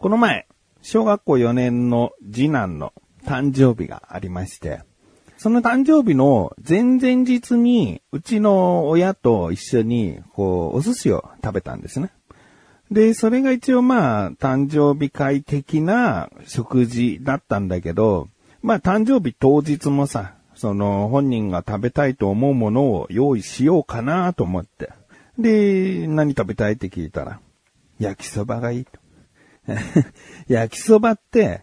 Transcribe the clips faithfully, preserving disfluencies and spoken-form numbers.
この前、小学校よねんの次男の誕生日がありまして、その誕生日の前々日に、うちの親と一緒に、こう、お寿司を食べたんですね。で、それが一応まあ、誕生日会的な食事だったんだけど、まあ、誕生日当日もさ、その、本人が食べたいと思うものを用意しようかなと思って。で、何食べたいって聞いたら、焼きそばがいいと。焼きそばって、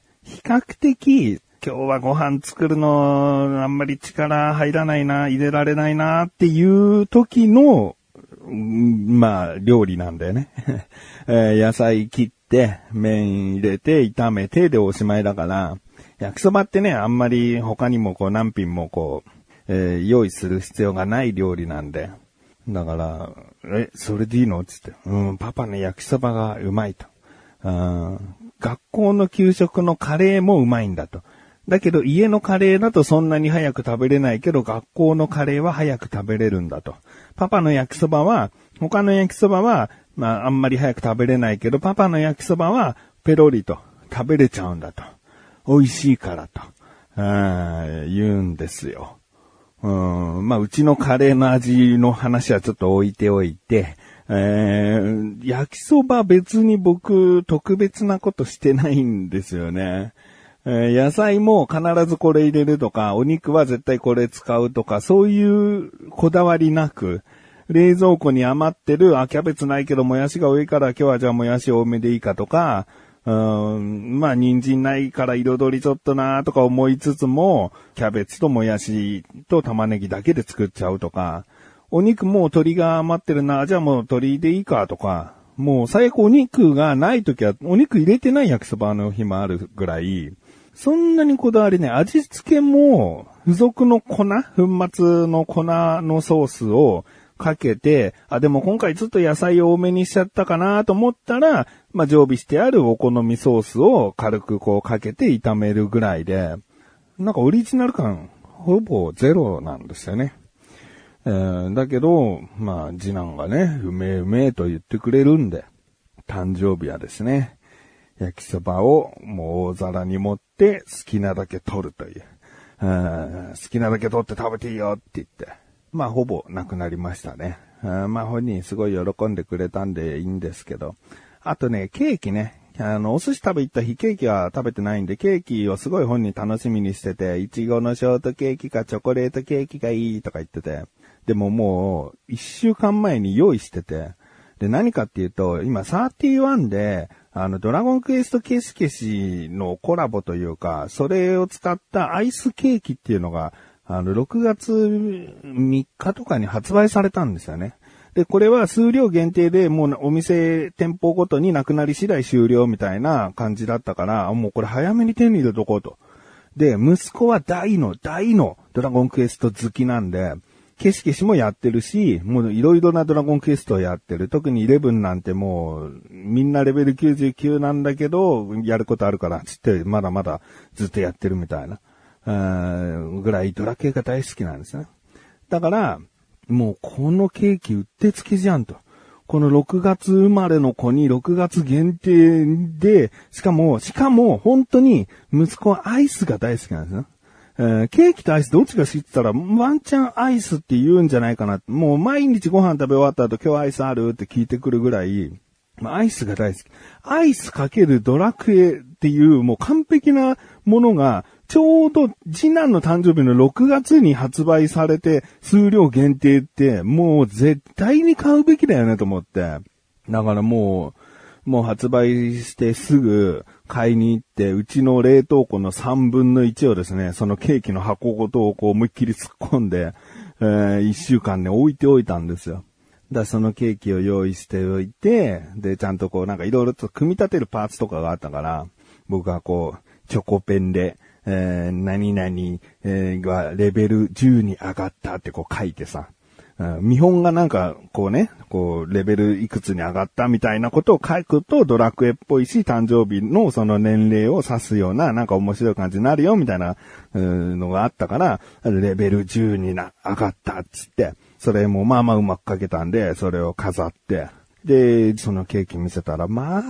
比較的、今日はご飯作るの、あんまり力入らないな、入れられないなっていう時の、まあ、料理なんだよね。野菜切って、麺入れて、炒めてでおしまいだから、焼きそばってね、あんまり他にもこう何品もこう、えー、用意する必要がない料理なんで。だから、え、それでいいのつって。うん、パパの焼きそばがうまいと。あ、学校の給食のカレーもうまいんだと。だけど家のカレーだとそんなに早く食べれないけど学校のカレーは早く食べれるんだと。パパの焼きそばは、他の焼きそばは、まああんまり早く食べれないけどパパの焼きそばはペロリと食べれちゃうんだと。美味しいからと。あ、言うんですよ。うん、まあうちのカレーの味の話はちょっと置いておいて、えー、焼きそば別に僕特別なことしてないんですよね。えー、野菜も必ずこれ入れるとか、お肉は絶対これ使うとか、そういうこだわりなく、冷蔵庫に余ってる、あ、キャベツないけどもやしが多いから今日はじゃあもやし多めでいいかとか、うーん、まあ人参ないから彩りちょっとなとか思いつつも、キャベツともやしと玉ねぎだけで作っちゃうとか、お肉もう鶏が余ってるな、じゃあもう鶏でいいかとか、もう最悪お肉がないときはお肉入れてない焼きそばの日もあるぐらい、そんなにこだわりね、味付けも付属の粉、粉末の粉のソースをかけて、あ、でも今回ちょっと野菜多めにしちゃったかなと思ったら、まあ、常備してあるお好みソースを軽くこうかけて炒めるぐらいで、なんかオリジナル感ほぼゼロなんですよね。えー、だけど、まあ、次男がね、うめえうめえと言ってくれるんで、誕生日はですね、焼きそばをもう大皿に盛って好きなだけ取るという。好きなだけ取って食べていいよって言って。まあほぼなくなりましたね。まあ本人すごい喜んでくれたんでいいんですけど。あとね、ケーキね。あの、お寿司食べ行った日ケーキは食べてないんで、ケーキをすごい本人楽しみにしてて、いちごのショートケーキかチョコレートケーキがいいとか言ってて。でももういっしゅうかんまえに用意してて。で、何かっていうと、今サーティワンで、あの、ドラゴンクエストケシケシのコラボというか、それを使ったアイスケーキっていうのが、あの、ろくがつみっかとかに発売されたんですよね。で、これは数量限定でもうお店、店舗ごとになくなり次第終了みたいな感じだったから、もうこれ早めに手に入れとこうと。で、息子は大の、大のドラゴンクエスト好きなんで、ケシケシもやってるし、もういろいろなドラゴンクエストをやってる。特にイレブンなんてもう、みんなレベルきゅうじゅうきゅうなんだけど、やることあるから、つってまだまだずっとやってるみたいな、ぐらいドラ系が大好きなんですね。だから、もうこのケーキうってつけじゃんと。このろくがつ生まれの子にろくがつ限定で、しかも、しかも本当に息子はアイスが大好きなんですね。えー、ケーキとアイスどっちが知ってたらワンチャンアイスって言うんじゃないかな。もう毎日ご飯食べ終わった後今日アイスあるって聞いてくるぐらい、まあ、アイスが大好き。アイスかけるドラクエっていうもう完璧なものがちょうど次男の誕生日のろくがつに発売されて数量限定ってもう絶対に買うべきだよねと思って。だからもう、もう発売してすぐ買いに行って、うちの冷凍庫のさんぶんのいちをですね、そのケーキの箱ごとをこう思いっきり突っ込んで、えー、いっしゅうかんね置いておいたんですよ。だそのケーキを用意しておいて、で、ちゃんとこうなんかいろいろと組み立てるパーツとかがあったから、僕はこう、チョコペンで、えー、何々、えー、がレベルじゅうに上がったってこう書いてさ、見本がなんか、こうね、こう、レベルいくつに上がったみたいなことを書くとドラクエっぽいし、誕生日のその年齢を指すような、なんか面白い感じになるよ、みたいなのがあったから、レベルじゅうにな、上がったっつって、それもまあまあうまく書けたんで、それを飾って、で、そのケーキ見せたら、まあ、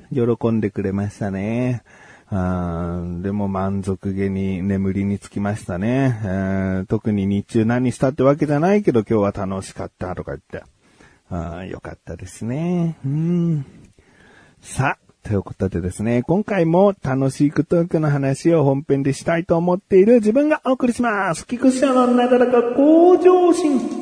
喜んでくれましたね。あでも満足げに眠りにつきましたね、えー。特に日中何したってわけじゃないけど今日は楽しかったとか言って。あよかったですね。うん。さあ、ということでですね、今回も楽しいクトークの話を本編でしたいと思っている自分がお送りします。菊池のなだらか向上心。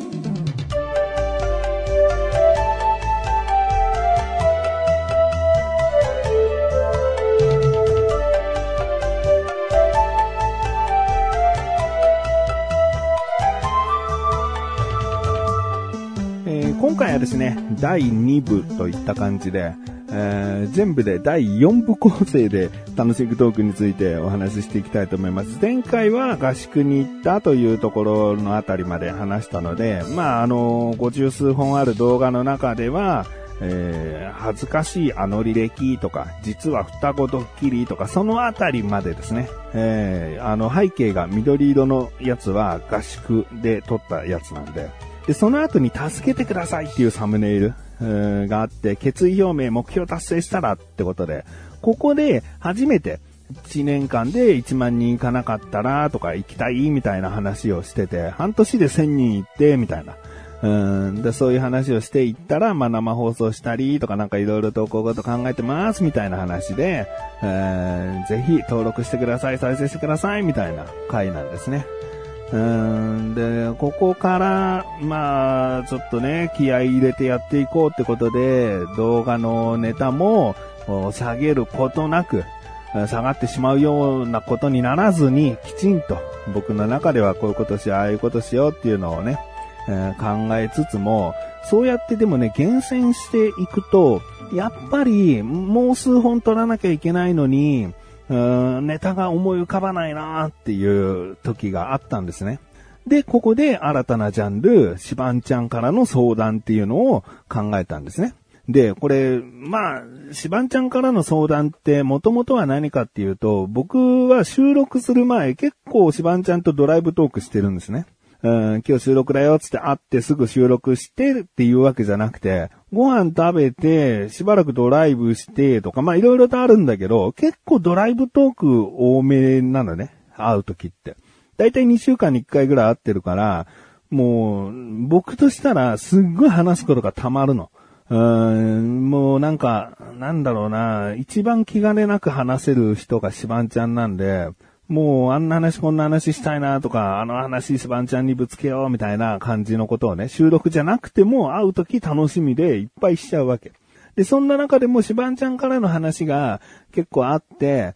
今回はですね、だいにぶといった感じで、えー、全部でだいよんぶ構成で楽しいトークについてお話ししていきたいと思います。前回は合宿に行ったというところのあたりまで話したので、まあ、あの、ごじゅう数本ある動画の中では、えー、恥ずかしいあの履歴とか、実は双子ドッキリとか、そのあたりまでですね、えー、あの背景が緑色のやつは合宿で撮ったやつなんで、で、その後に助けてくださいっていうサムネイル、えー、があって、決意表明、目標達成したらってことで、ここで初めていちねんかんでいちまんにん行かなかったらとか行きたいみたいな話をしてて、半年でせんにん行ってみたいな。うんでそういう話をしていったら、まあ、生放送したりとかなんかいろいろとこういうこと考えてますみたいな話で、えー、ぜひ登録してください、再生してくださいみたいな回なんですね。うーんで、ここから、まあ、ちょっとね、気合い入れてやっていこうってことで、動画のネタも下げることなく、下がってしまうようなことにならずに、きちんと僕の中ではこういうことしよう、ああいうことしようっていうのをね、えー、考えつつも、そうやってでもね、厳選していくと、やっぱりもう数本撮らなきゃいけないのに、うーんネタが思い浮かばないなーっていう時があったんですね。で、ここで新たなジャンル、シバンちゃんからの相談っていうのを考えたんですね。で、これ、まあ、シバンちゃんからの相談って元々は何かっていうと、僕は収録する前結構シバンちゃんとドライブトークしてるんですね。うん、今日収録だよつって会ってすぐ収録してっていうわけじゃなくて、ご飯食べてしばらくドライブしてとか、まあいろいろとあるんだけど、結構ドライブトーク多めなのね、会うときって。だいたいにしゅうかんにいっかいぐらい会ってるから、もう僕としたらすっごい話すことがたまるの。うーん、もうなんか、なんだろうな、一番気兼ねなく話せる人がシバンちゃんなんで、もうあんな話こんな話したいなとか、あの話シバンちゃんにぶつけようみたいな感じのことをね、収録じゃなくても会うとき楽しみでいっぱいしちゃうわけ。で、そんな中でもシバンちゃんからの話が結構あって、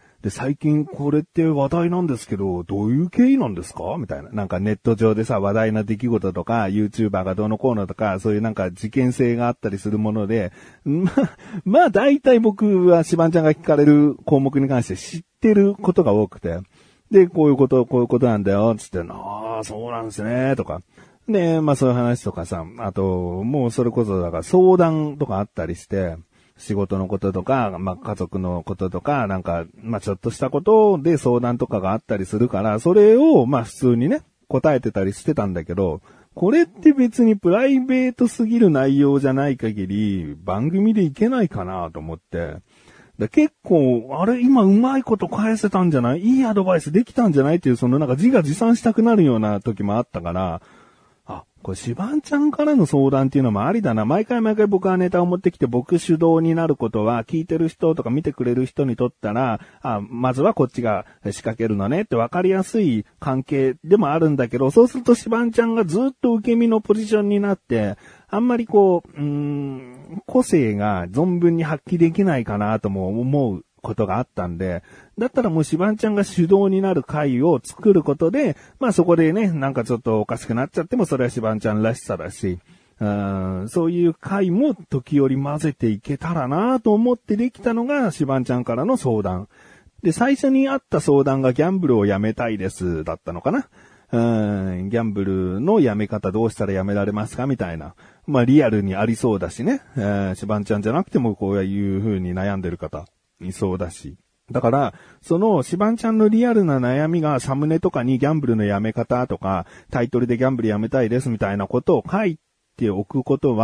で、最近これって話題なんですけど、どういう経緯なんですかみたいな。なんかネット上でさ、話題な出来事とか、YouTuber がどうのこうのとか、そういうなんか事件性があったりするもので、まあ、まあ大体僕はシバンちゃんが聞かれる項目に関して知ってることが多くて、で、こういうこと、こういうことなんだよ、つって、ああ、そうなんですね、とか。で、まあそういう話とかさ、あと、もうそれこそだから相談とかあったりして、仕事のこととか、まあ家族のこととか、なんか、まあちょっとしたことで相談とかがあったりするから、それをまあ普通にね、答えてたりしてたんだけど、これって別にプライベートすぎる内容じゃない限り、番組でいけないかなと思って、だ結構、あれ今うまいこと返せたんじゃない?いいアドバイスできたんじゃないっていう、そのなんか自画自賛したくなるような時もあったから、あ、これシバンちゃんからの相談っていうのもありだな。毎回毎回僕はネタを持ってきて僕主導になることは聞いてる人とか見てくれる人にとったら、あ、まずはこっちが仕掛けるのねって分かりやすい関係でもあるんだけど、そうするとシバンちゃんがずっと受け身のポジションになって、あんまりこう、うーん、個性が存分に発揮できないかなとも思うことがあったんで、だったらもうシバンちゃんが主導になる回を作ることで、まあそこでね、なんかちょっとおかしくなっちゃってもそれはシバンちゃんらしさだし、うーんそういう回も時折混ぜていけたらなと思ってできたのがシバンちゃんからの相談。で、最初にあった相談がギャンブルをやめたいですだったのかな。うーんギャンブルのやめ方どうしたらやめられますかみたいな。まあリアルにありそうだしね。えー、シバンちゃんじゃなくてもこういう風に悩んでる方いそうだし。だから、そのシバンちゃんのリアルな悩みがサムネとかにギャンブルのやめ方とか、タイトルでギャンブルやめたいですみたいなことを書いておくことは、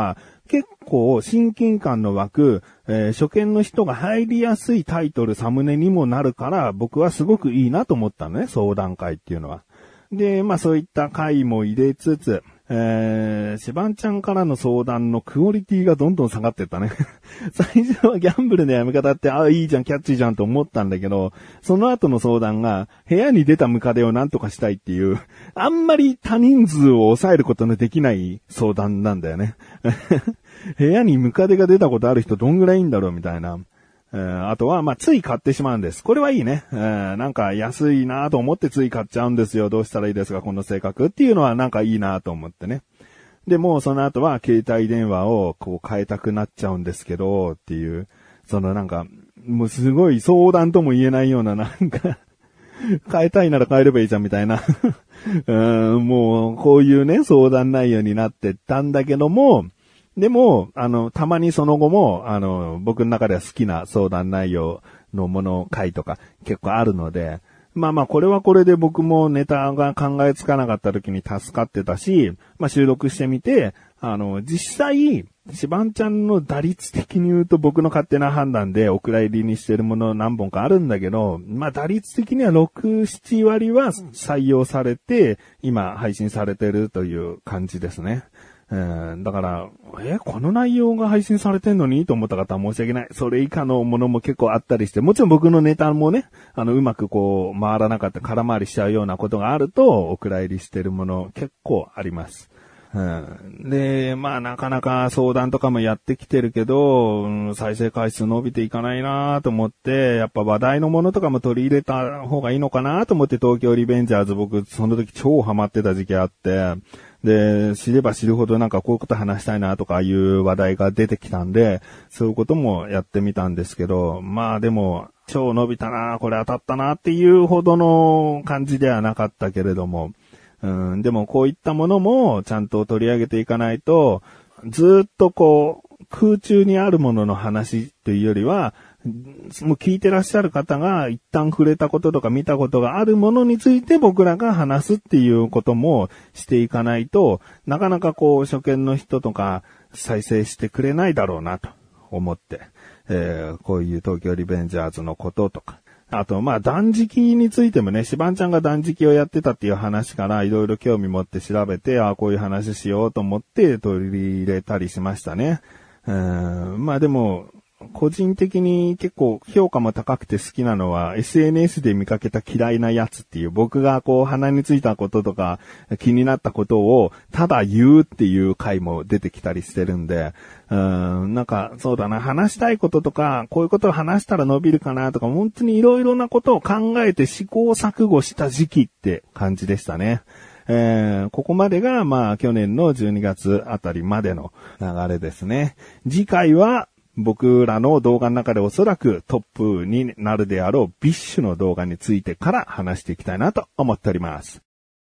結構親近感の湧く、えー、初見の人が入りやすいタイトル、サムネにもなるから、僕はすごくいいなと思ったのね、相談会っていうのは。で、まあそういった会も入れつつ、えー、シバンちゃんからの相談のクオリティがどんどん下がってったね。最初はギャンブルのやめ方って、ああ、いいじゃん、キャッチーじゃんと思ったんだけど、その後の相談が、部屋に出たムカデをなんとかしたいっていう、あんまり多人数を抑えることのできない相談なんだよね。部屋にムカデが出たことある人どんぐらいいいんだろうみたいな。えー、あとは、まあ、つい買ってしまうんです。これはいいね。えー、なんか安いなと思ってつい買っちゃうんですよ。どうしたらいいですかこの性格っていうのはなんかいいなと思ってね。で、もうその後は携帯電話をこう変えたくなっちゃうんですけど、っていう、そのなんか、もうすごい相談とも言えないようななんか、変えたいなら変えればいいじゃんみたいな。うーん、もうこういうね、相談内容になってったんだけども、でも、あの、たまにその後も、あの、僕の中では好きな相談内容のもの、回とか結構あるので、まあまあ、これはこれで僕もネタが考えつかなかった時に助かってたし、まあ収録してみて、あの、実際、シバンちゃんの打率的に言うと僕の勝手な判断でお蔵入りにしてるもの何本かあるんだけど、まあ打率的にはろく、なな割は採用されて、今配信されてるという感じですね。うん、だから、え、この内容が配信されてんのにと思った方は申し訳ない。それ以下のものも結構あったりして、もちろん僕のネタもね、あの、うまくこう、回らなかった空回りしちゃうようなことがあると、お蔵入りしてるもの結構あります。うん、で、まあなかなか相談とかもやってきてるけど、うん、再生回数伸びていかないなと思って、やっぱ話題のものとかも取り入れた方がいいのかなと思って東京リベンジャーズ僕その時超ハマってた時期あって、で、知れば知るほどなんかこういうこと話したいなとかいう話題が出てきたんで、そういうこともやってみたんですけど、まあでも、超伸びたな、これ当たったなっていうほどの感じではなかったけれども、うん、でもこういったものもちゃんと取り上げていかないと、ずっとこう、空中にあるものの話というよりは、もう聞いてらっしゃる方が一旦触れたこととか見たことがあるものについて僕らが話すっていうこともしていかないと、なかなかこう初見の人とか再生してくれないだろうなと思って、えー、こういう東京リベンジャーズのこととか、あとまあ断食についてもね、シバンちゃんが断食をやってたっていう話からいろいろ興味持って調べて、ああこういう話しようと思って取り入れたりしましたね。うーん、まあでも、個人的に結構評価も高くて好きなのは エスエヌエス で見かけた嫌いなやつっていう、僕がこう鼻についたこととか気になったことをただ言うっていう回も出てきたりしてるんで、うーん、なんかそうだな、話したいこととかこういうことを話したら伸びるかなとか本当にいろいろなことを考えて試行錯誤した時期って感じでしたね。えー、ここまでがまあ去年のじゅうにがつあたりまでの流れですね。次回は僕らの動画の中でおそらくトップになるであろうビッシュの動画についてから話していきたいなと思っております。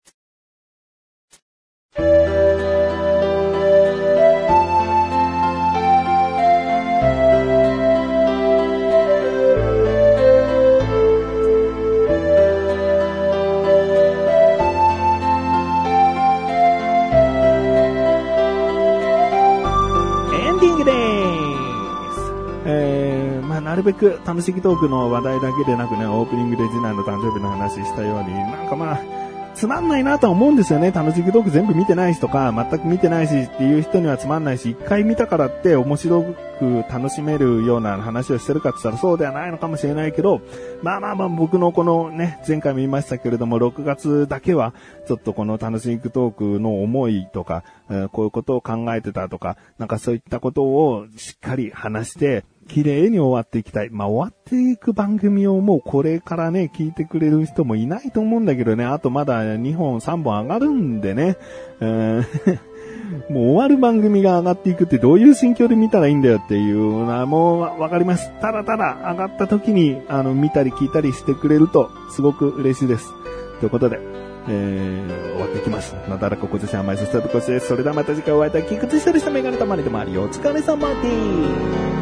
エンディングでーす。えー、まあなるべく楽しきトークの話題だけでなくね、オープニングで次男の誕生日の話したように、なんかまあつまんないなとは思うんですよね。楽しきトーク全部見てないしとか、全く見てないしっていう人にはつまんないし、一回見たからって面白く楽しめるような話をしてるかって言ったらそうではないのかもしれないけど、まあまあまあ僕のこのね、前回も言いましたけれども、ろくがつだけはちょっとこの楽しくトークの思いとか、えー、こういうことを考えてたとか、なんかそういったことをしっかり話して、綺麗に終わっていきたい。まあ、終わっていく番組をもうこれからね、聞いてくれる人もいないと思うんだけどね、あとまだにほんさんぼん上がるんでね、うーんもう終わる番組が上がっていくってどういう心境で見たらいいんだよっていうのはもうわかります。ただただ上がった時にあの見たり聞いたりしてくれるとすごく嬉しいです。ということで、えー、終わっていきます。なだらかこずし甘いそしたとこしです。それではまた次回お会いいたい。菊池処理したメガネたまりでもありお疲れ様です。